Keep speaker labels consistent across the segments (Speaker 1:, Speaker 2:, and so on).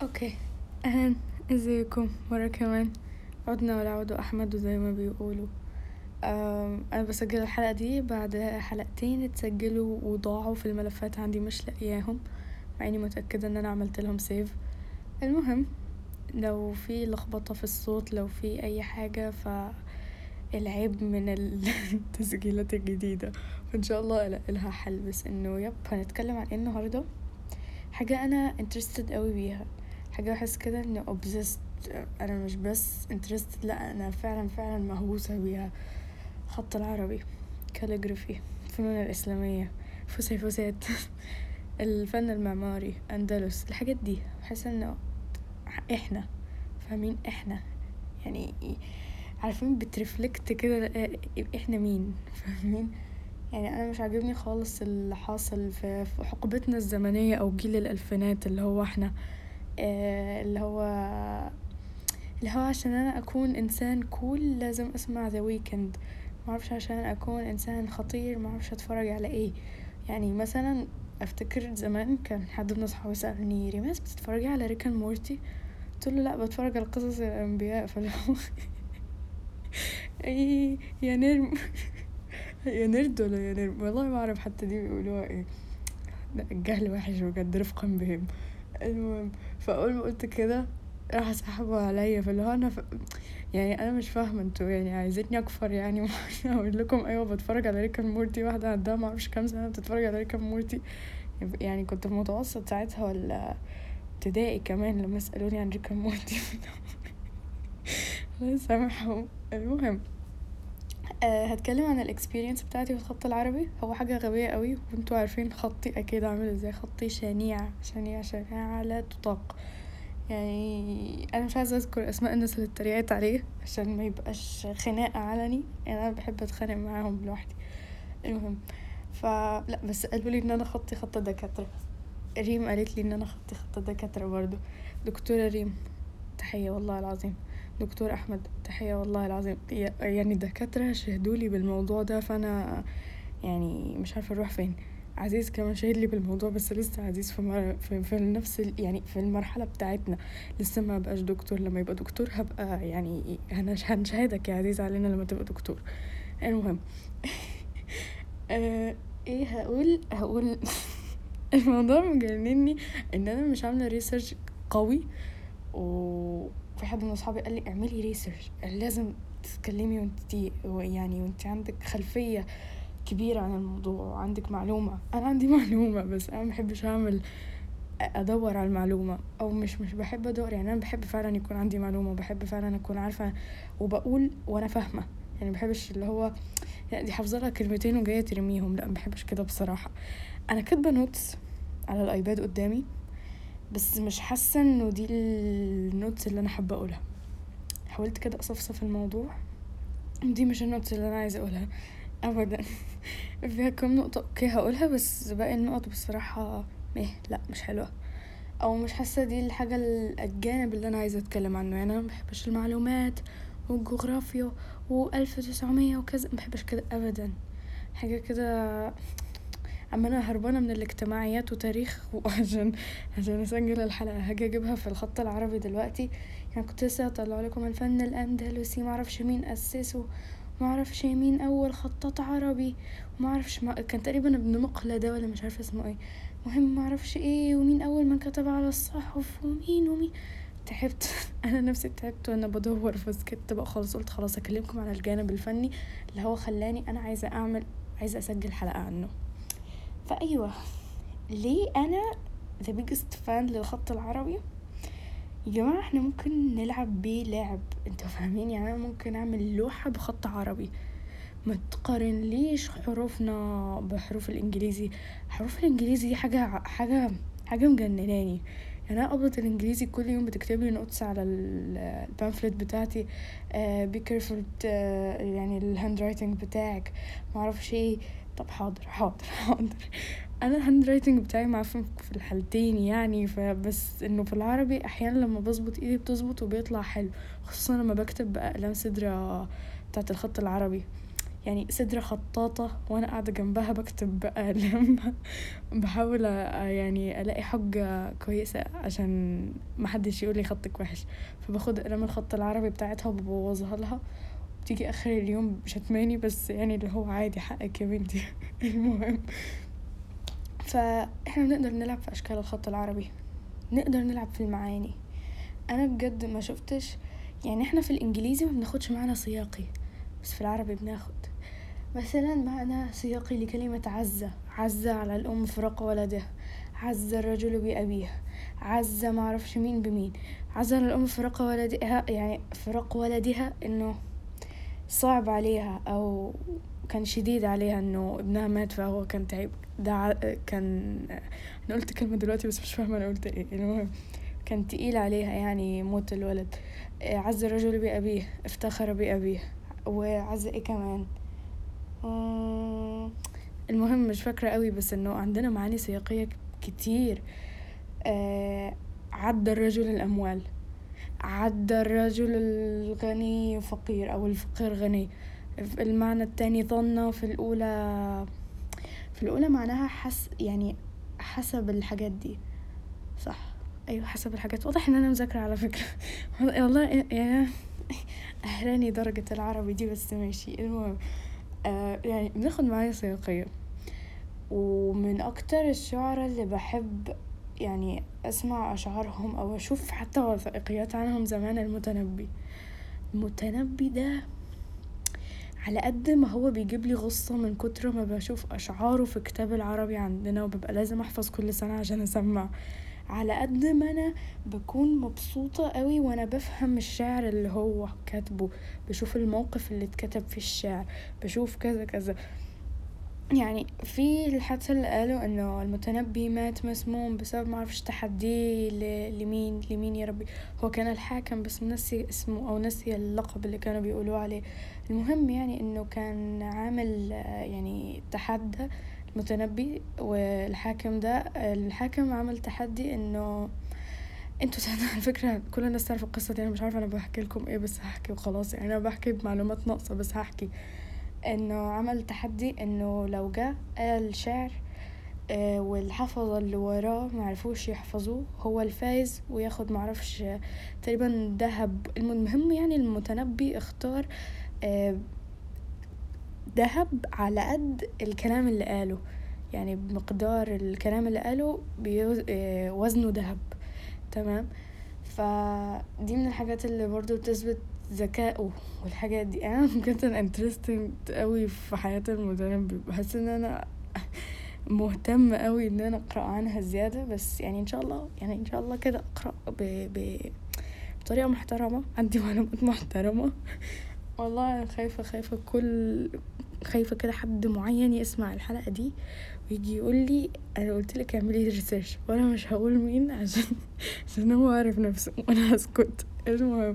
Speaker 1: اوكي. اهلا. ازيكم مرة كمان؟ عدنا ولا عود احمد زي ما بيقولوا. انا بسجل الحلقة دي بعد حلقتين اتسجلوا وضاعوا في الملفات عندي، مش لاقياهم، مع اني متأكدة ان انا عملت لهم سيف. المهم، لو في لخبطة في الصوت، لو في اي حاجة، فالعيب من التسجيلات الجديدة، فان شاء الله الاقي لها حل. بس انه هنتكلم عن ايه النهاردة؟ حاجة انا interested قوي بيها، حاجة بحس كده اني obsessed. انا مش بس interested، لا انا فعلا فعلا مهووسة بيها. خط العربي، calligraphy، الفنون الإسلامية، فسيفسات، الفن المعماري، أندلس، الحاجات دي بحس انه احنا فاهمين، احنا يعني عارفين بترفلكت كده احنا مين، فاهمين؟ يعني انا مش عاجبني خالص اللي حاصل في حقبتنا الزمنية او جيل الالفينات، اللي هو احنا اللي هو عشان انا اكون انسان كول لازم اسمع ذا ويكند، معرفش عشان اكون انسان خطير معرفش اتفرج على ايه. يعني مثلا افتكر زمان كان حد من اصحابي سألني: ريماس بتتفرجي على ريك اند مورتي؟ قلت له لا، بتفرج على قصص الانبياء. فلو ايه يا نرم، يا نرد ولا يا نرم، والله ما اعرف حتى دي بيقولوها ايه. لا، الجهل وحش بجد، رفقا بهم. المهم، فاول ما قلت كده راح سحبوا عليا، فاللي هو يعني انا مش فاهمه انتوا يعني عايزيني اكفر يعني اقول لكم ايوه بتفرج على ريكا مورتي، واحده عندها ما اعرفش كام سنه بتتفرج على ريكا مورتي؟ يعني كنت في متوسط ساعتها ولا ابتدائي كمان لما سالوني عن ريكا مورتي. الله يسامحهم. المهم، هتكلم عن الاكسبيرينس بتاعتي في الخط العربي. هو حاجه غبيه قوي، وانتوا عارفين خطي اكيد عامل ازاي، خطي شنيع شنيع شنيع لا تطاق. يعني انا مش عايزه اذكر اسماء الناس اللي اتريقت عليه عشان ما يبقاش خناقه علني، يعني انا بحب اتخانق معاهم لوحدي. المهم، فلا بس قالوا لي ان انا خطي خط دكاتره. ريم قالت لي ان انا خطي خط دكاتره برضو. دكتوره ريم، تحيه والله العظيم. دكتور احمد، تحيه والله العظيم. يعني الدكاتره شهدوا لي بالموضوع ده، فانا يعني مش عارفه اروح فين. عزيز كمان شهد لي بالموضوع، بس لسه عزيز في نفس يعني في المرحله بتاعتنا، لسه ما بقاش دكتور. لما يبقى دكتور هبقى يعني هنشهدك يا عزيز علينا لما تبقى دكتور. المهم، ايه هقول الموضوع مجنني ان انا مش عامله ريسيرش قوي. وفي حد من اصحابي قال لي اعملي ريسيرش، لازم تتكلمي وانت عندك خلفيه كبيرة عن الموضوع، عندك معلومة. أنا عندي معلومة بس أنا محبش أدور على المعلومة، أو مش بحب أدور. يعني أنا بحب فعلا يكون عندي معلومة، وبحب فعلا أكون عارفة وبقول وأنا فاهمة. يعني بحبش اللي هو يعني دي حافظة لها كلمتين وجاية ترميهم، لا بحبش كده بصراحة. أنا كاتبة نوتس على الآيباد قدامي، بس مش حاسة إنه دي النوتس اللي أنا حابة أقولها. حاولت كده أصفصف الموضوع، دي مش النوتس اللي أنا عايزة أقولها ابدا. فيها كم نقطة اوكي هقولها، بس باقي النقط بصراحة لا مش حلوة، او مش حاسة دي الحاجة الجانب اللي انا عايزة اتكلم عنه. يعني انا مبحبش المعلومات والجغرافيا و1900 وكذا، مبحبش كده ابدا. حاجة كده اما انا هربانة من الاجتماعيات وتاريخ عشان اسجل الحلقة هاجي اجيبها في الخط العربي دلوقتي. يعني كنت لسه هطلع لكم الفن الاندلسي، معرفش مين اسسه، معرفش مين اول خطاط عربي، ومعرفش كان تقريبا ابن مقلة ده ولا مش عارفه اسمه ايه. مهم معرفش ايه، ومين اول من كتب على الصحف، ومين. تعبت. انا نفسي تعبت وانا بدور، فسكت بقى خالص. قلت خلاص اكلمكم عن الجانب الفني اللي هو خلاني انا عايزه اسجل حلقه عنه. فايوه، ليه انا the biggest fan للخط العربي؟ يا جماعه احنا ممكن نلعب بيه لعب، انتوا فاهمين؟ يعني انا ممكن اعمل لوحه بخط عربي. ما تقارن ليش حروفنا بحروف الانجليزي. حروف الانجليزي دي حاجه مجنناني. يعني انا قبضت الانجليزي كل يوم بتكتب لي نوتس على البامفلت بتاعتي. بي كيرفول، يعني الهاند رايتنج بتاعك معرفش ايه. طب حاضر حاضر حاضر. انا الهاند رايتنج بتاعي معفن في الحالتين يعني، فبس انه في العربي احيانا لما بظبط ايدي بتظبط وبيطلع حلو، خصوصا لما بكتب باقلام صدرة بتاعت الخط العربي. يعني سدرة خطاطة وانا قاعدة جنبها بكتب بقلم بحاول يعني الاقي حجة كويسة عشان محدش يقول لي خطك وحش، فباخد قلم الخط العربي بتاعتها وببوظها لها، بتيجي اخر اليوم شتماني، بس يعني اللي هو عادي حقك يا بنتي. المهم، فاحنا بنقدر نلعب في اشكال الخط العربي، نقدر نلعب في المعاني. انا بجد ما شفتش، يعني احنا في الانجليزي ما بناخدش معنا سياقي، بس في العربي بناخد مثلا معنى سياقي لكلمة عزة. عزة على الأم فراق ولدها، عز الرجل بأبيه، عز ما عرفش مين بمين. عز على الأم فراق ولدها، يعني فراق ولدها إنه صعب عليها أو كان شديد عليها إنه ابنها مات، فهو كان تعب. كان أنا قلت كلمة دلوقتي بس مش فاهمة أنا قلت إيه. المهم، كان تقيل عليها يعني موت الولد. عز الرجل بأبيه، افتخر بأبيه، وعز إيه كمان. المهم مش فاكرة قوي، بس انه عندنا معاني سياقية كتير. عد الرجل الأموال، عد الرجل الغني فقير أو الفقير غني. المعنى التاني ظن، في الأولى معناها يعني حسب الحاجات دي، صح؟ أيوة حسب الحاجات. واضح ان انا مذاكرة على فكرة. والله يعني أهلاني درجة العربي دي، بس ماشي. المهم، يعني بناخد معايا سياقية. ومن أكتر الشعراء اللي بحب يعني أسمع أشعارهم أو أشوف حتى وثائقيات عنهم زمان، المتنبي ده على قد ما هو بيجيب لي غصة من كتر ما بشوف أشعاره في كتاب العربي عندنا، وببقى لازم أحفظ كل سنة عشان أسمع، على قد ما أنا بكون مبسوطة قوي وأنا بفهم الشعر اللي هو كاتبه، بشوف الموقف اللي اتكتب في الشعر، بشوف كذا كذا. يعني في الحادثة اللي قالوا انه المتنبي مات مسموم بسبب معرفش تحديه لمين يا ربي. هو كان الحاكم بس نسي اسمه او نسي اللقب اللي كانوا بيقولوا عليه. المهم يعني انه كان عامل يعني تحدى المتنبي والحاكم ده. الحاكم عمل تحدي انه انتوا على فكرة كل الناس تعرف القصة دي، انا مش عارفة انا بحكي لكم ايه، بس هحكي وخلاص. يعني انا بحكي بمعلومات ناقصة بس هحكي. انه عمل تحدي انه لو جاء قال شعر والحفظة اللي وراه معرفوش يحفظوه، هو الفايز وياخد معرفش تقريبا ذهب. المهم يعني المتنبي اختار ذهب على قد الكلام اللي قاله، يعني بمقدار الكلام اللي قاله وزنه ذهب. تمام. فدي من الحاجات اللي برضو بتثبت ذكائه والحاجات دي. انا بجد انترستنج قوي في حياة المتنبي، بحس ان انا مهتم قوي ان انا اقرا عنها زياده. بس يعني ان شاء الله كده اقرا بطريقه محترمه، عندي معلومات محترمه. والله أنا خايفه كده حد معين يسمع الحلقه دي ويجي يقول لي انا قلت لك اعملي ريسيرش، وانا مش هقول مين عشان هو عارف نفسه وانا هسكت. المهم،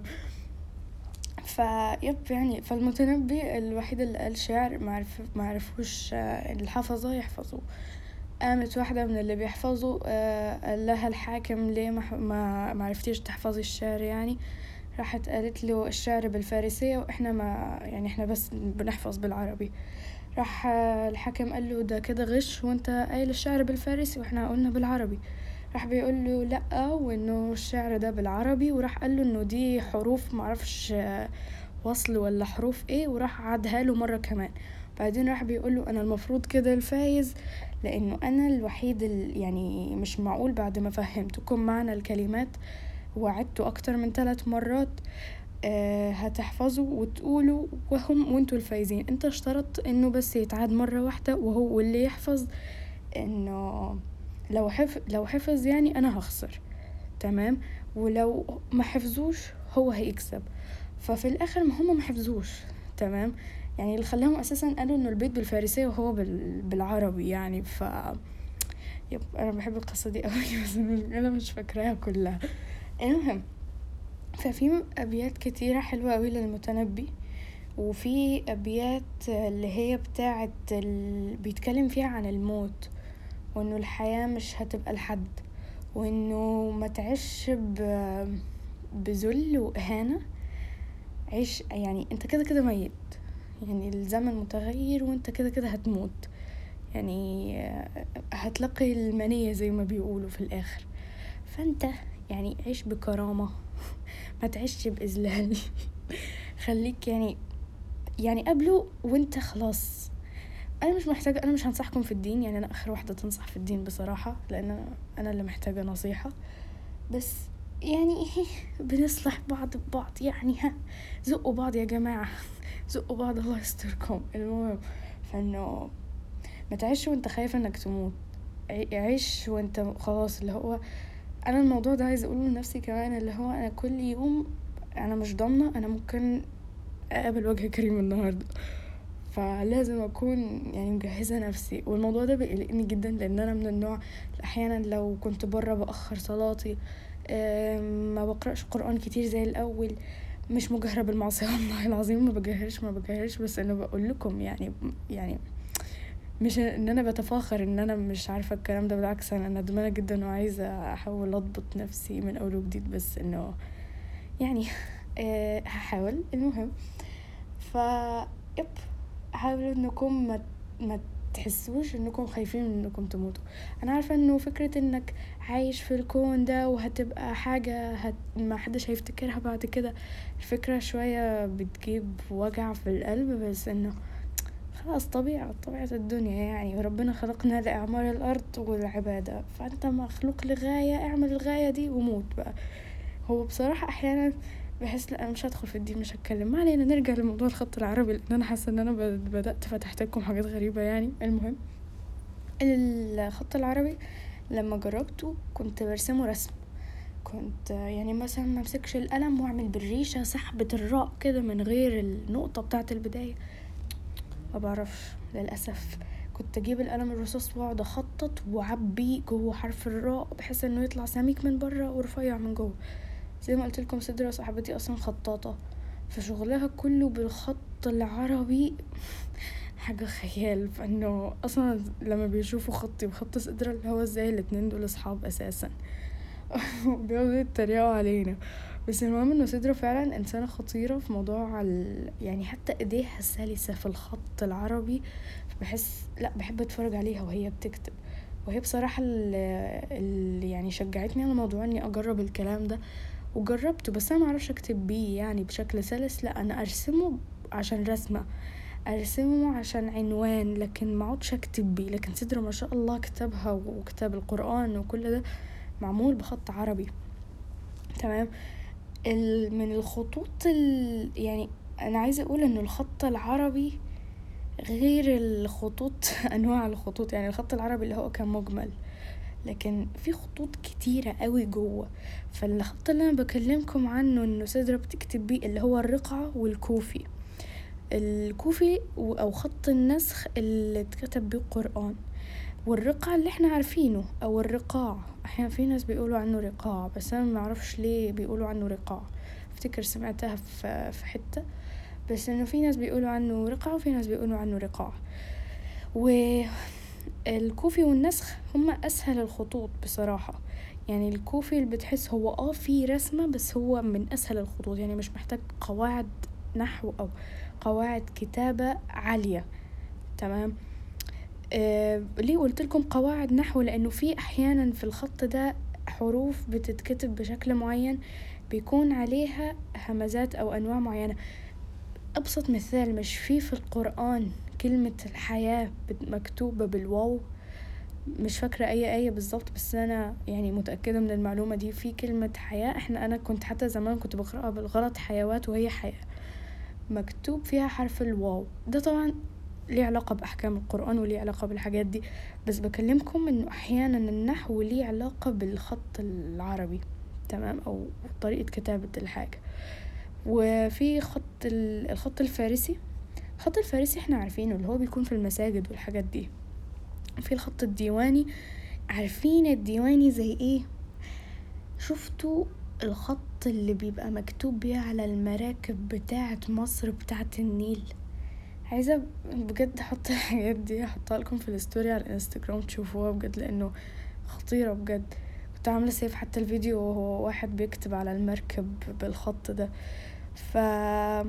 Speaker 1: يعني فالمتنبي الوحيد اللي قال شعر معرفوش الحفظة يحفظوه. قامت واحدة من اللي بيحفظوا قال لها الحاكم ليه ما معرفتيش تحفظي الشعر؟ يعني راحت قالت له الشعر بالفارسية واحنا ما يعني احنا بس بنحفظ بالعربي. راح الحاكم قال له ده كده غش، وانت قايل الشعر بالفارسي واحنا قلنا بالعربي. راح بيقول له لا، وانه الشعر ده بالعربي. وراح قال له انه دي حروف معرفش وصل ولا حروف ايه، وراح عادها له مرة كمان. بعدين راح بيقول له انا المفروض كده الفايز، لانه انا الوحيد يعني مش معقول بعد ما فهمتكم معنى الكلمات وعدته اكتر من 3 مرات هتحفظوا وتقولوا وانتوا الفايزين. انت اشترطت انه بس يتعاد مرة واحدة، وهو اللي يحفظ انه لو حفظ يعني انا هخسر، تمام، ولو ما حفظوش هو هيكسب. ففي الاخر ما هم ما حفظوش، تمام. يعني اللي خلاهم اساسا قالوا انه البيت بالفارسية وهو بالعربي. يعني انا بحب القصة دي قوي بس انا مش فاكراها كلها. المهم، ففي ابيات كتيرة حلوة قوي للمتنبي، وفي ابيات اللي هي بتاعه بيتكلم فيها عن الموت، وانه الحياة مش هتبقى لحد، وانه ما تعيش بذل واهانة. عيش يعني انت كده كده ميت، يعني الزمن متغير وانت كده كده هتموت، يعني هتلقي المنية زي ما بيقولوا في الآخر. فانت يعني عيش بكرامة، ما تعيش بإذلال. خليك يعني قبله وانت خلاص. انا مش محتاجة، انا مش هنصحكم في الدين، يعني انا اخر واحدة تنصح في الدين بصراحة، لان انا اللي محتاجة نصيحة. بس يعني بنصلح بعض ببعض، يعني ها، زقوا بعض يا جماعة. زقوا بعض الله يستركم. المهم، فانه ما تعيش وانت خايف انك تموت، عيش وانت خلاص اللي هو. انا الموضوع ده عايز اقوله لنفسي كمان، اللي هو انا كل يوم انا مش ضامنة انا ممكن اقابل وجه كريم النهاردة، فلازم اكون يعني مجهزة نفسي. والموضوع ده بيقلقني جدا، لان انا من النوع احيانا لو كنت برا باخر صلاتي، ما بقرأش قرآن كتير زي الاول، مش مجهرة بالمعصية والله العظيم، ما بجهرش، بس انا بقول لكم يعني مش ان انا بتفاخر ان انا مش عارفة الكلام ده، بالعكس انا ندمانة جدا وعايزة احاول اضبط نفسي من اول وجديد، بس انه يعني هحاول. المهم، ف يب حاولوا انكم ما تحسوش انكم خايفين انكم تموتوا. انا عارفة انه فكرة انك عايش في الكون ده وهتبقى حاجة ما حدش هيفتكرها بعد كده، الفكرة شوية بتجيب وجع في القلب، بس انه خلاص طبيعة الدنيا، يعني ربنا خلقنا لإعمار الأرض والعبادة، فأنت مخلوق لغاية، اعمل الغاية دي وموت بقى. هو بصراحة أحيانا بحس لا، أنا مش هدخل في الدين، مش هتكلم، ما علينا. نرجع لموضوع الخط العربي، لأن أنا حاسة أن أنا بدأت فتحت لكم حاجات غريبة يعني. المهم، الخط العربي لما جربته كنت برسمه رسم، كنت يعني مثلا ما امسكش القلم واعمل بالريشة سحبة الراء كده من غير النقطة بتاعة البداية، ما بعرفش للأسف. كنت اجيب القلم الرصاص واقعد اخطط واعبي جوه حرف الراء بحيث انه يطلع سميك من بره ورفيع من جوه. زي ما قلت لكم، صدرة صاحبتي اصلا خطاطة، فشغلها كله بالخط العربي حاجة خيال. فانه اصلا لما بيشوفوا خطي وخط صدرة اللي هو ازاي الاتنين دول اصحاب اساسا. بيقعدوا يتريقوا علينا. بس المهم انه صدرة فعلا انسانة خطيرة في موضوع يعني حتى ايديها سلسة في الخط العربي، لا بحب اتفرج عليها وهي بتكتب. وهي بصراحة اللي يعني شجعتني على موضوع اني اجرب الكلام ده، وجربته. بس انا معرفش اكتب بيه يعني بشكل سلس، لا انا ارسمه عشان رسمة، ارسمه عشان عنوان، لكن ما اقعدش اكتب بيه. لكن صدرة ما شاء الله كتابها وكتاب القرآن وكل ده معمول بخط عربي. تمام. من الخطوط يعني انا عايزة اقول انه الخط العربي غير الخطوط انواع الخطوط، يعني الخط العربي اللي هو كان مجمل، لكن في خطوط كتيرة قوي جوه. فالخط اللي انا بكلمكم عنه انه صدرة بتكتب بيه اللي هو الرقعة والكوفي. الكوفي او خط النسخ اللي اتكتب بيه القرآن، والرقعة اللي احنا عارفينه او الرقاع. احيانا في ناس بيقولوا عنه رقاع، بس انا ما اعرفش ليه بيقولوا عنه رقاع، افتكر سمعتها في حتة، بس انه في ناس بيقولوا عنه رقعة وفي ناس بيقولوا عنه رقاع. والكوفي والنسخ هما اسهل الخطوط بصراحة. يعني الكوفي اللي بتحس هو في رسمة، بس هو من اسهل الخطوط، يعني مش محتاج قواعد نحو او قواعد كتابة عالية. تمام. ليه قلت لكم قواعد نحو؟ لانه في احيانا في الخط ده حروف بتتكتب بشكل معين بيكون عليها همزات او انواع معينة. ابسط مثال، مش في القرآن كلمة الحياة مكتوبة بالواو؟ مش فاكرة اي آية بالظبط، بس انا يعني متأكدة من المعلومة دي. في كلمة حياة، انا كنت حتى زمان كنت بقرأها بالغلط حيوات وهي حياة، مكتوب فيها حرف الواو. ده طبعا ليه علاقة بأحكام القرآن وليه علاقة بالحاجات دي، بس بكلمكم انه احيانا النحو ليه علاقة بالخط العربي، تمام، او طريقة كتابة الحاجة. وفي الخط الفارسي. الخط الفارسي احنا عارفينه اللي هو بيكون في المساجد والحاجات دي. في الخط الديواني، عارفين الديواني زي ايه؟ شفتوا الخط اللي بيبقى مكتوب بيه على المراكب بتاعة مصر بتاعة النيل؟ عايزة بجد احط الحاجات دي، احطها لكم في الستوري على الانستجرام تشوفوها بجد، لانه خطيرة بجد. كنت عاملة سيف حتى الفيديو وهو واحد بيكتب على المركب بالخط ده. ف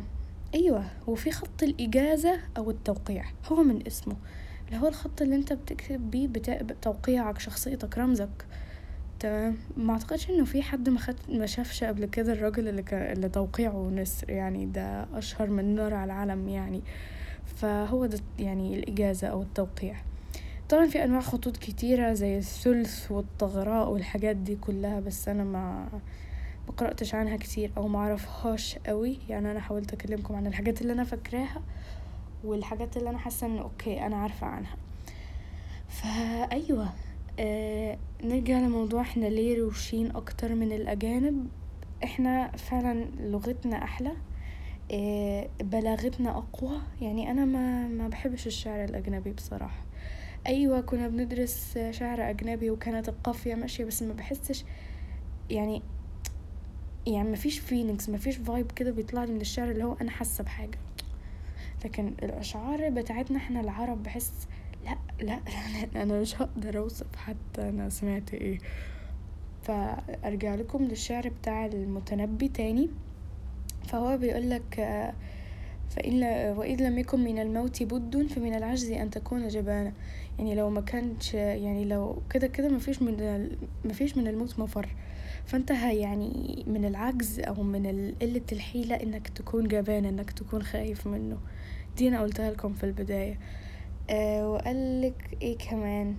Speaker 1: ايوه، وفي خط الاجازة او التوقيع، هو من اسمه، اللي هو الخط اللي انت بتكتب بيه توقيعك، شخصيتك، رمزك. تمام. ما اعتقدش انه في حد ما شافش قبل كده الراجل اللي توقيعه نسر، يعني ده اشهر من نار على العالم يعني. فهو ده يعني الاجازة او التوقيع. طبعا في انواع خطوط كتيرة زي الثلث والطغراء والحاجات دي كلها، بس انا ما قرأتش عنها كتير او ما اعرفهاش قوي، يعني انا حاولت اكلمكم عن الحاجات اللي انا فاكراها والحاجات اللي انا حاسه ان اوكي انا عارفه عنها. فايوه، نرجع لموضوع احنا ليه روشين اكتر من الاجانب. احنا فعلا لغتنا احلى، بلاغتنا اقوى. يعني انا ما بحبش الشعر الاجنبي بصراحه. ايوه كنا بندرس شعر اجنبي وكانت القافيه ماشيه، بس ما بحسش يعني مفيش فيلينجز، مفيش فايب كده بيطلع لي من الشعر اللي هو انا حاسه بحاجه. لكن الاشعار بتاعتنا احنا العرب بحس لا لا لا، انا مش هقدر اوصف حتى انا سمعت ايه. فارجع لكم للشعر بتاع المتنبي تاني. فهو بيقولك وإذ لم يكن من الموت بد فمن العجز أن تكون جبانا. يعني لو ما كانش، يعني لو كده كده مفيش من الموت مفر، فانت يعني من العجز أو من قلة الحيلة إنك تكون جبان، إنك تكون خايف منه. دي أنا قلتها لكم في البداية. وقالك إيه كمان.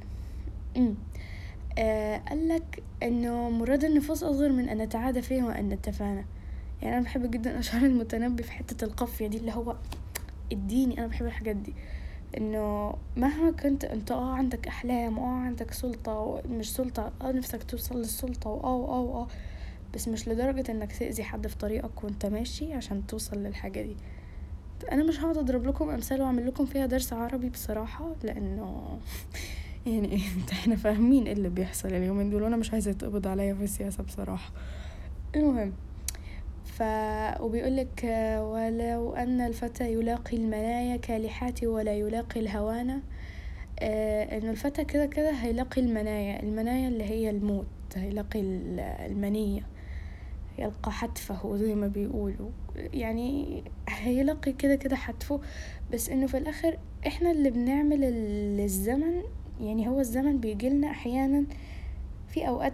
Speaker 1: قالك إنه مراد النفوس أصغر من أن نتعادى فيه وأن نتفانى. يعني أنا بحب جدا أشعار المتنبي في حتة القافية دي، اللي هو اديني، أنا بحب الحاجات دي. إنه مهما كنت أنت عندك أحلام عندك سلطة، مش سلطة نفسك توصل للسلطة بس مش لدرجة إنك تأذي حد في طريقك وانت ماشي عشان توصل للحاجة دي. انا مش هقعد اضرب لكم امثال واعمل لكم فيها درس عربي بصراحه، لانه يعني احنا فاهمين ايه اللي بيحصل اليومين دول، وانا مش عايزه يتقبض عليا في السياسه بصراحه. المهم، وبيقولك ولو ان الفتى يلاقي المنايا كالحات ولا يلاقي الهوانا. انه الفتى كده كده هيلاقي المنايا اللي هي الموت، هيلاقي المنيه، يلقى حتفه زي ما بيقولوا، يعني هيلقي كده كده حتفه. بس انه في الاخر احنا اللي بنعمل الزمن. يعني هو الزمن بيجيلنا احيانا في اوقات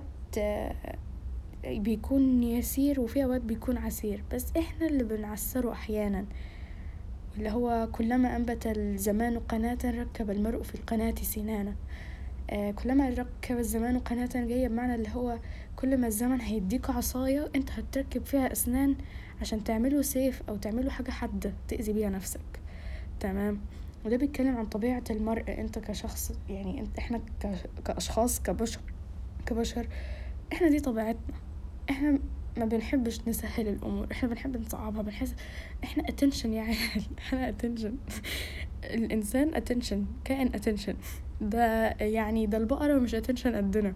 Speaker 1: بيكون يسير وفي اوقات بيكون عسير، بس احنا اللي بنعسره احيانا. اللي هو كلما انبت الزمان قناة ركب المرء في القناة سنانا. كلما ركب الزمان قناة جاية بمعنى اللي هو كل ما الزمن هيديك عصاية انت هتركب فيها اسنان عشان تعمله سيف او تعمله حاجة حادة تأذي بيها نفسك. تمام. وده بيتكلم عن طبيعة المرء انت كشخص، يعني احنا كأشخاص كبشر احنا دي طبيعتنا. احنا ما بنحبش نسهل الامور، احنا بنحب نصعبها، بنحس احنا attention يا عيال احنا attention الانسان attention، كائن attention. ده يعني ده البقرة مش attention قدنا.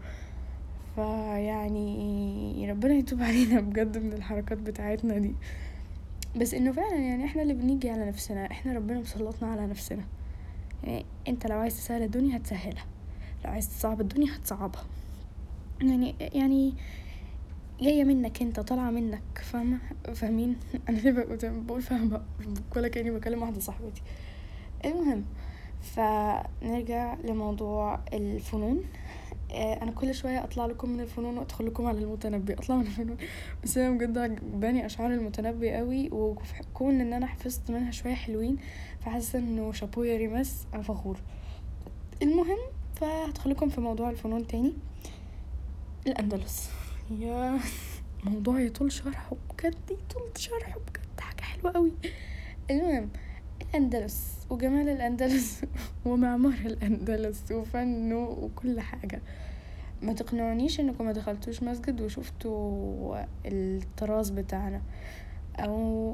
Speaker 1: فيعني ربنا يتوب علينا بجد من الحركات بتاعتنا دي. بس انه فعلا يعني احنا اللي بنيجي على نفسنا، احنا ربنا مسلطنا على نفسنا. يعني انت لو عايز تسهل الدنيا هتسهلها، لو عايز تصعب الدنيا هتصعبها. يعني جايه منك انت، طالعه منك، فاهمين انا ليه بقول فاهمه ولا كاني بكلم واحده صاحبتي. المهم، فنرجع لموضوع الفنون. انا كل شويه اطلع لكم من الفنون وادخل لكم على المتنبي، اطلع من الفنون. بس انا بجد عجباني اشعار المتنبي قوي، وكون ان انا حفظت منها شويه حلوين، فحاسه انه شابو يا ريماس، انا فخور. المهم، فهدخل لكم في موضوع الفنون تاني. الاندلس، يا موضوع يطول شرحه بجد، حاجه حلوه قوي. المهم، الأندلس وجمال الأندلس ومعمار الأندلس وفنه وكل حاجة. ما تقنعنيش انكم ما دخلتوش مسجد وشفتوا الطراز بتاعنا او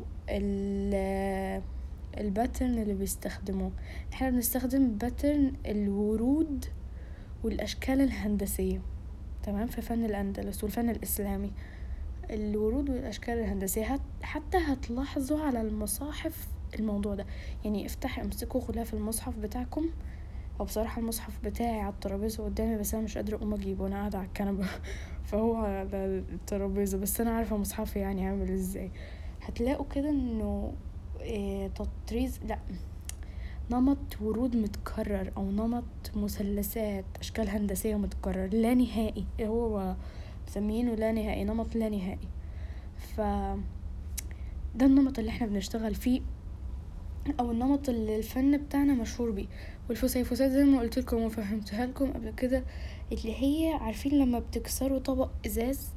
Speaker 1: الباترن اللي بيستخدموه. احنا بنستخدم باترن الورود والاشكال الهندسية، تمام، في فن الأندلس والفن الإسلامي. الورود والأشكال الهندسية حتى هتلاحظوا على المصاحف الموضوع ده. يعني امسكوا غلاف المصحف بتاعكم، او بصراحة المصحف بتاعي على الترابيزة قدامي، بس انا مش قادرة اقوم اجيبه وانا قاعدة على الكنبة فهو على الترابيزة، بس انا عارفة مصحفي يعني عامل ازاي. هتلاقوا كده انه تطريز، لا، نمط ورود متكرر او نمط مثلثات اشكال هندسية متكرر لا نهائي، هو مسمينه لا نهائي، نمط لا نهائي. ف ده النمط اللي احنا بنشتغل فيه، او النمط اللي الفن بتاعنا مشهور بيه. والفسيفسات زي ما قلت لكم وفهمتها لكم قبل كده، اللي هي عارفين لما بتكسروا طبق ازاز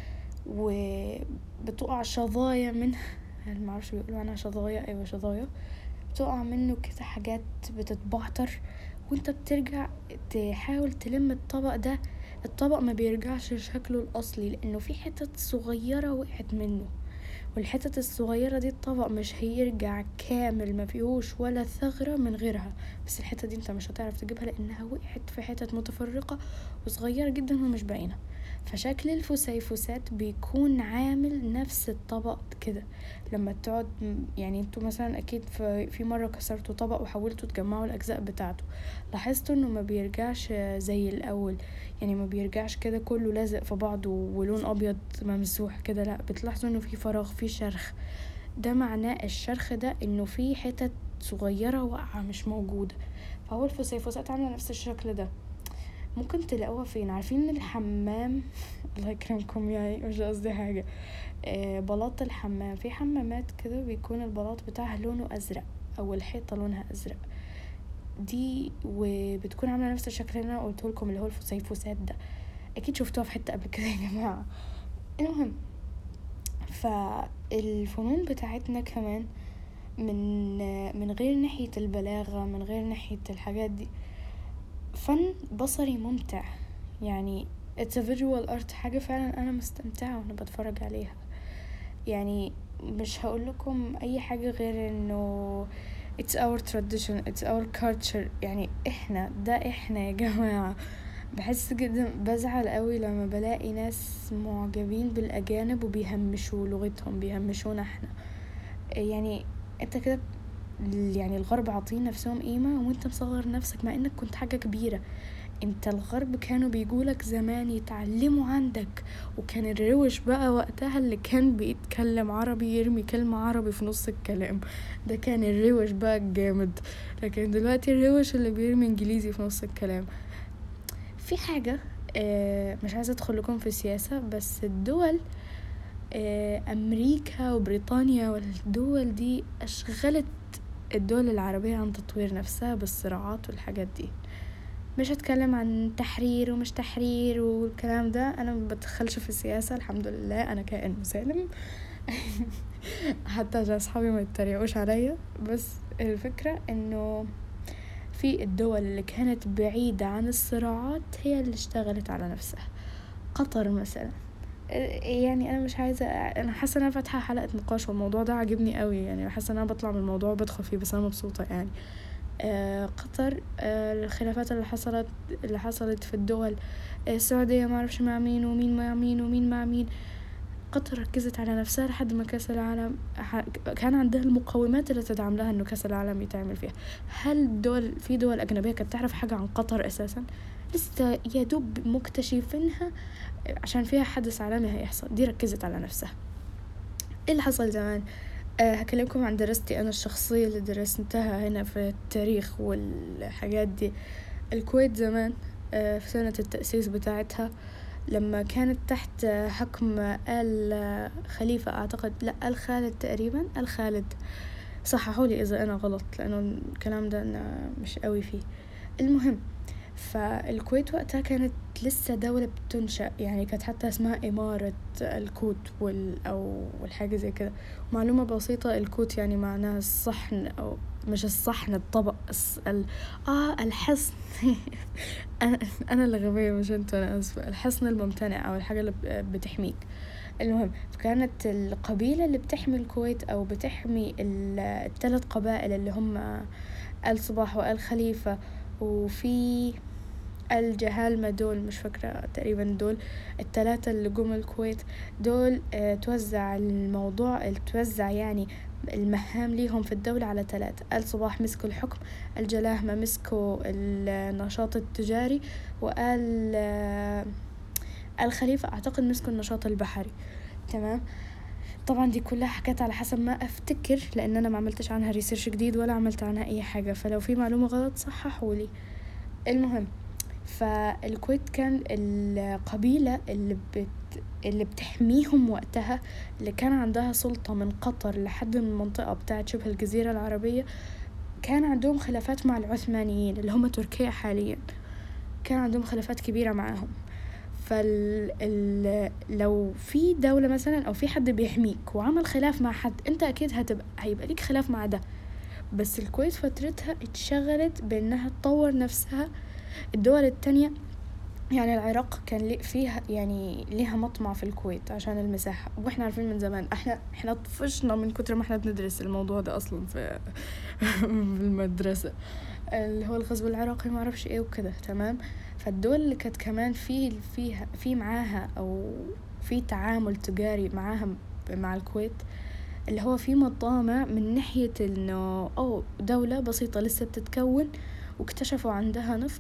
Speaker 1: وبتقع شظايا منها، يعني ما اعرفش بيقولوا عنها شظايا، ايوه شظايا، بتقع منه كده حاجات بتتبعتر، وانت بترجع تحاول تلم الطبق ده، الطبق ما بيرجعش لشكله الاصلي لانه في حتت صغيرة وقعت منه، والحتت الصغيرة دي الطبق مش هيرجع كامل، ما فيهوش ولا ثغرة من غيرها، بس الحتة دي انت مش هتعرف تجيبها لانها وقعت في حتت متفرقة وصغيرة جدا ومش باينة. فشكل الفسيفسات بيكون عامل نفس الطبق كده. لما تقعد يعني انتوا مثلا اكيد في مرة كسرتوا طبق وحاولتوا تجمعوا الاجزاء بتاعته، لاحظتوا انه ما بيرجعش زي الاول، يعني ما بيرجعش كده كله لازق في بعضه ولون ابيض ممسوح كده، لا، بتلاحظوا انه في فراغ، في شرخ. ده معناه الشرخ ده انه في حتت صغيرة واقعة مش موجودة. فهو الفسيفسات عاملة نفس الشكل ده. ممكن تلاقوها فين؟ عارفين الحمام الله يكرمكم، يعني مش قصدي حاجة، بلاط الحمام، في حمامات كده بيكون البلاط بتاعها لونه ازرق او الحيطة لونها ازرق، دي وبتكون عاملة نفس الشكل اللي انا قلته لكم اللي هو الفسيفسات ده. اكيد شفتوها في حتة قبل كده يا جماعة. المهم، فالفنون بتاعتنا كمان من غير ناحية البلاغة، من غير ناحية الحاجات دي، فن بصري ممتع، يعني it's a visual art، حاجة فعلا انا مستمتعة وانا بتفرج عليها. يعني مش هقول لكم اي حاجة غير انه it's our tradition, it's our culture، يعني احنا يا جماعة. بحس جدا بزعل قوي لما بلاقي ناس معجبين بالاجانب وبيهمشوا لغتهم، بيهمشونا احنا. يعني انت كده، يعني الغرب عاطين نفسهم قيمة وانت مصغر نفسك مع انك كنت حاجة كبيرة. انت الغرب كانوا بيقولك زمان يتعلموا عندك، وكان الروش بقى وقتها اللي كان بيتكلم عربي يرمي كلمة عربي في نص الكلام، ده كان الروش بقى الجامد. لكن دلوقتي الروش اللي بيرمي انجليزي في نص الكلام. في حاجة مش عايزة ادخل لكم في السياسة، بس الدول امريكا وبريطانيا والدول دي اشغلت الدول العربية عن تطوير نفسها بالصراعات والحاجات دي. مش هتكلم عن تحرير ومش تحرير والكلام ده، انا ما بتدخلش في السياسة الحمد لله، انا كائن مسالم. حتى عشان اصحابي ما يتريقوش عليا. بس الفكرة انه في الدول اللي كانت بعيدة عن الصراعات هي اللي اشتغلت على نفسها. قطر مثلا، يعني انا مش عايزة، انا حاسة ان انا فاتحة حلقة نقاش والموضوع ده عجبني قوي، يعني حاسة ان انا بطلع من الموضوع وبدخل فيه، بس انا مبسوطة يعني. قطر، الخلافات اللي حصلت في الدول، السعودية ما اعرفش مع مين ومين مع مين ومين مع مين. قطر ركزت على نفسها لحد ما كاس العالم كان عندها المقومات اللي تدعم لها انه كاس العالم يتعمل فيها. هل في دول اجنبية كانت تعرف حاجة عن قطر اساسا؟ لسه يدوب مكتشفينها عشان فيها حدث عالمي هيحصل. دي ركزت على نفسها. ايه اللي حصل زمان؟ هكلمكم عن دراستي أنا الشخصية اللي درستها هنا في التاريخ والحاجات دي. الكويت زمان، في سنة التأسيس بتاعتها، لما كانت تحت حكم آل خليفة أعتقد، لا آل خالد تقريبا، آل خالد، صححولي إذا أنا غلط لأنه الكلام ده أنا مش قوي فيه. المهم، فالكويت وقتها كانت لسه دولة بتنشأ، يعني كانت حتى اسمها إمارة الكوت أو الحاجة زي كده. معلومة بسيطة، الكوت يعني معناها الصحن، أو مش الصحن الطبق، الحصن. أنا اللي غبية مش أنت، أنا أسفة. الحصن الممتنع أو الحاجة اللي بتحميك. المهم، فكانت القبيلة اللي بتحمي الكويت أو بتحمي الثلاث قبائل اللي هم آل صباح وآل خليفة وفي الجهالمة، دول مش فاكرة تقريبا، دول الثلاثة اللي قوم الكويت دول. توزع الموضوع، توزع يعني المهام ليهم في الدولة على 3. آل صباح مسكوا الحكم، الجلاهمة مسكوا النشاط التجاري، وآل الخليفة أعتقد مسكوا النشاط البحري. تمام. طبعا دي كلها حكايات على حسب ما افتكر، لان انا ما عملتش عنها ريسيرش جديد ولا عملت عنها اي حاجة، فلو في معلومة غلط صححولي. المهم، فالكويت كان القبيلة اللي بتحميهم وقتها، اللي كان عندها سلطة من قطر لحد المنطقة بتاعت شبه الجزيرة العربية. كان عندهم خلافات مع العثمانيين اللي هم تركيا حاليا، كان عندهم خلافات كبيرة معاهم. لو في دولة مثلا او في حد بيحميك وعمل خلاف مع حد، انت اكيد هيبقى ليك خلاف مع ده. بس الكويت فترتها اتشغلت بانها تطور نفسها. الدول التانية يعني العراق كان فيها يعني ليها مطمع في الكويت عشان المساحة، واحنا عارفين من زمان، احنا طفشنا من كتر ما احنا بندرس الموضوع ده اصلا في في المدرسة، اللي هو الغزو العراقي ما اعرفش ايه وكده. تمام. فالدول اللي كانت كمان في معاها او في تعامل تجاري معاها مع الكويت، اللي هو في مطامع من ناحية انه دولة بسيطة لسه بتتكون، واكتشفوا عندها نفط،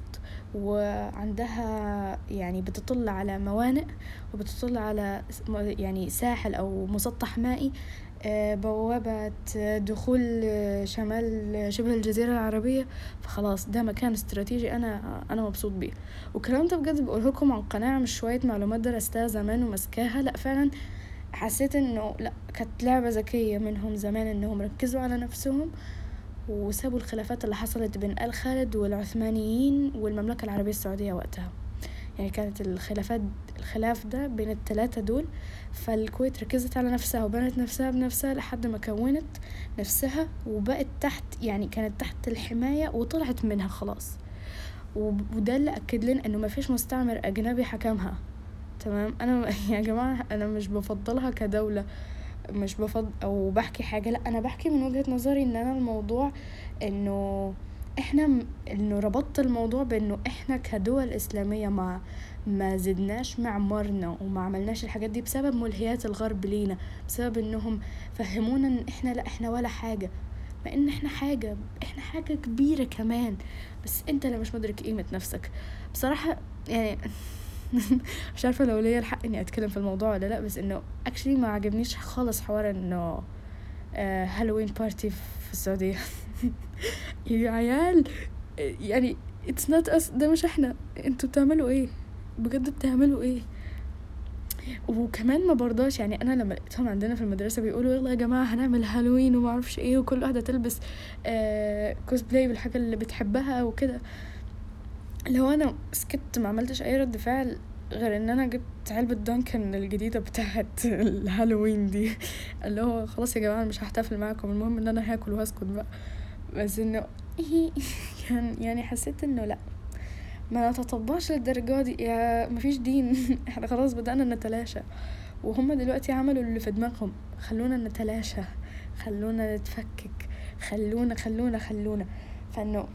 Speaker 1: وعندها يعني بتطل على موانئ، وبتطل على يعني ساحل او مسطح مائي، بوابة دخول شمال شبه الجزيرة العربية. فخلاص ده مكان استراتيجي انا مبسوط بيه. والكلام ده بجد بقوله لكم عن قناعة، مش شوية معلومات درستها زمان ومسكاها، لا فعلا حسيت انه لا، كانت لعبة ذكية منهم زمان انهم ركزوا على نفسهم وسابوا الخلافات اللي حصلت بين آل خالد والعثمانيين والمملكة العربية السعودية وقتها. يعني كانت الخلاف ده بين الثلاثة دول. فالكويت ركزت على نفسها وبنت نفسها بنفسها لحد ما كونت نفسها وبقت تحت، يعني كانت تحت الحماية وطلعت منها خلاص. وده اللي أكد لنا انه ما فيش مستعمر أجنبي حكمها. تمام. انا يا جماعة انا مش بفضلها كدولة، مش بفضل او بحكي حاجة، لا انا بحكي من وجهة نظري ان انا الموضوع انه انه ربطت الموضوع بانه احنا كدول اسلامية ما زدناش معمارنا وما عملناش الحاجات دي بسبب ملهيات الغرب لينا، بسبب انهم فهمونا ان احنا لا، احنا ولا حاجة، مع ان احنا حاجة كبيرة كمان. بس انت اللي مش مدرك قيمة نفسك بصراحة. يعني مش عارفة لو ليا الحق اني اتكلم في الموضوع ولا لا، بس انه actually ما عجبنيش خالص حوار انه هالوين بارتي في السعودية. يا عيال، يعني it's not us، ده مش احنا، انتوا بتعملوا ايه؟ بجد بتعملوا ايه؟ وكمان ما برضاش، يعني انا لما لقيتهم عندنا في المدرسة بيقولوا يلا يا جماعة هنعمل هالوين وما اعرفش ايه، وكل واحدة تلبس كوسبلاي بالحاجة اللي بتحبها وكده، اللي هو انا سكت ما عملتش اي رد فعل غير ان انا جبت علبة دانكن الجديدة بتاعت الهالوين دي، اللي هو خلاص يا جماعة مش هحتفل معاكم، المهم ان انا هاكل وهسكت بقى. بس انه يعني حسيت انه لا، ما نتطبعش للدرجة دي، يا مفيش دين. احنا خلاص بدأنا نتلاشى، وهم دلوقتي عملوا اللي في دماغهم، خلونا نتلاشى، خلونا نتفكك، خلونا. فانه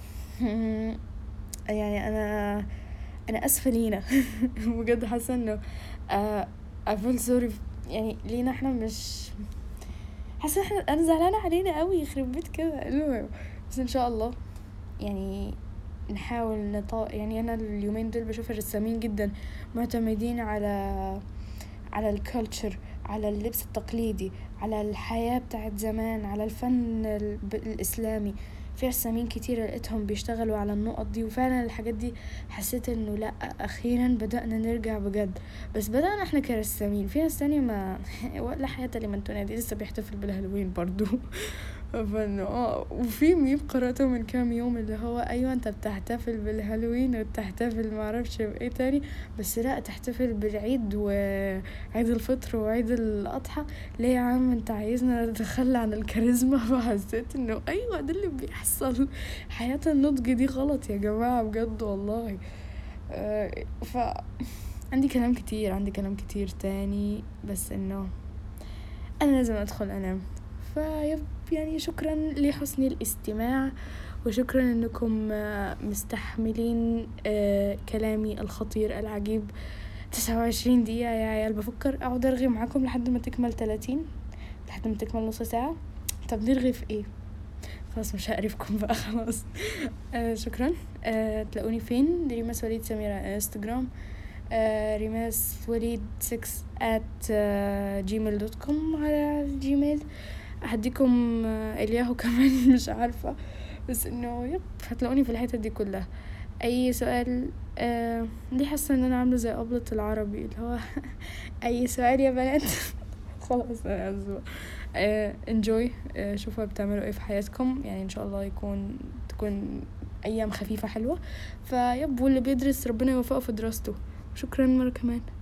Speaker 1: يعني انا اسفه لينا. بجد حاسه انه I feel sorry يعني لينا، احنا مش حاسه انا زعلانه علينا قوي، يخرب بيت كده. المهم بس ان شاء الله يعني نحاول يعني انا اليومين دول بشوف الرسامين جدا معتمدين على الكالتشر، على اللبس التقليدي، على الحياة بتاعت زمان، على الفن الإسلامي. في رسامين كتير لقيتهم بيشتغلوا على النقط دي، وفعلا الحاجات دي حسيت انه لا، اخيرا بدأنا نرجع بجد. بس بدأنا احنا كرسامين، في ناس تانية ما ولا حياة لمن تنادي لسه بيحتفل بالهالوين برضو. فانه وفي ميم قرأته من كام يوم اللي هو ايوه انت بتحتفل بالهالوين وتحتفل معرفش بايه تاني، بس لا تحتفل بالعيد وعيد الفطر وعيد الاضحى، ليه يا عم انت عايزنا نتخلى عن الكاريزما؟ فحسيت انه ايوه ده اللي بيحصل، حياة النضج دي غلط يا جماعة بجد والله. ف عندي كلام كتير تاني، بس انه انا لازم ادخل انام. يعني شكرا لحسن الاستماع، وشكرا انكم مستحملين كلامي الخطير العجيب. 29 دقيقة يا عيال، بفكر اقعد ارغي معاكم لحد ما تكمل 30، لحد ما تكمل نص ساعة. طب نرغي في ايه؟ خلاص مش هقرفكم بقى خلاص. شكرا. تلاقوني فين؟ دريمة وليد سميرة انستغرام، ريماس وليد 6 at gmail.com على الجيميل. هديكم الياهو كمان مش عارفة، بس انه هتلاقوني في الحتة دي كلها. اي سؤال دي حاسة ان انا عاملة زي قبلة العربي اللي هو اي سؤال يا بنات. خلاص انا اسفة. enjoy. شوفوا بتعملوا ايه في حياتكم، يعني ان شاء الله تكون ايام خفيفة حلوة. واللي بيدرس ربنا يوفقه في دراسته. شكرا مرة كمان.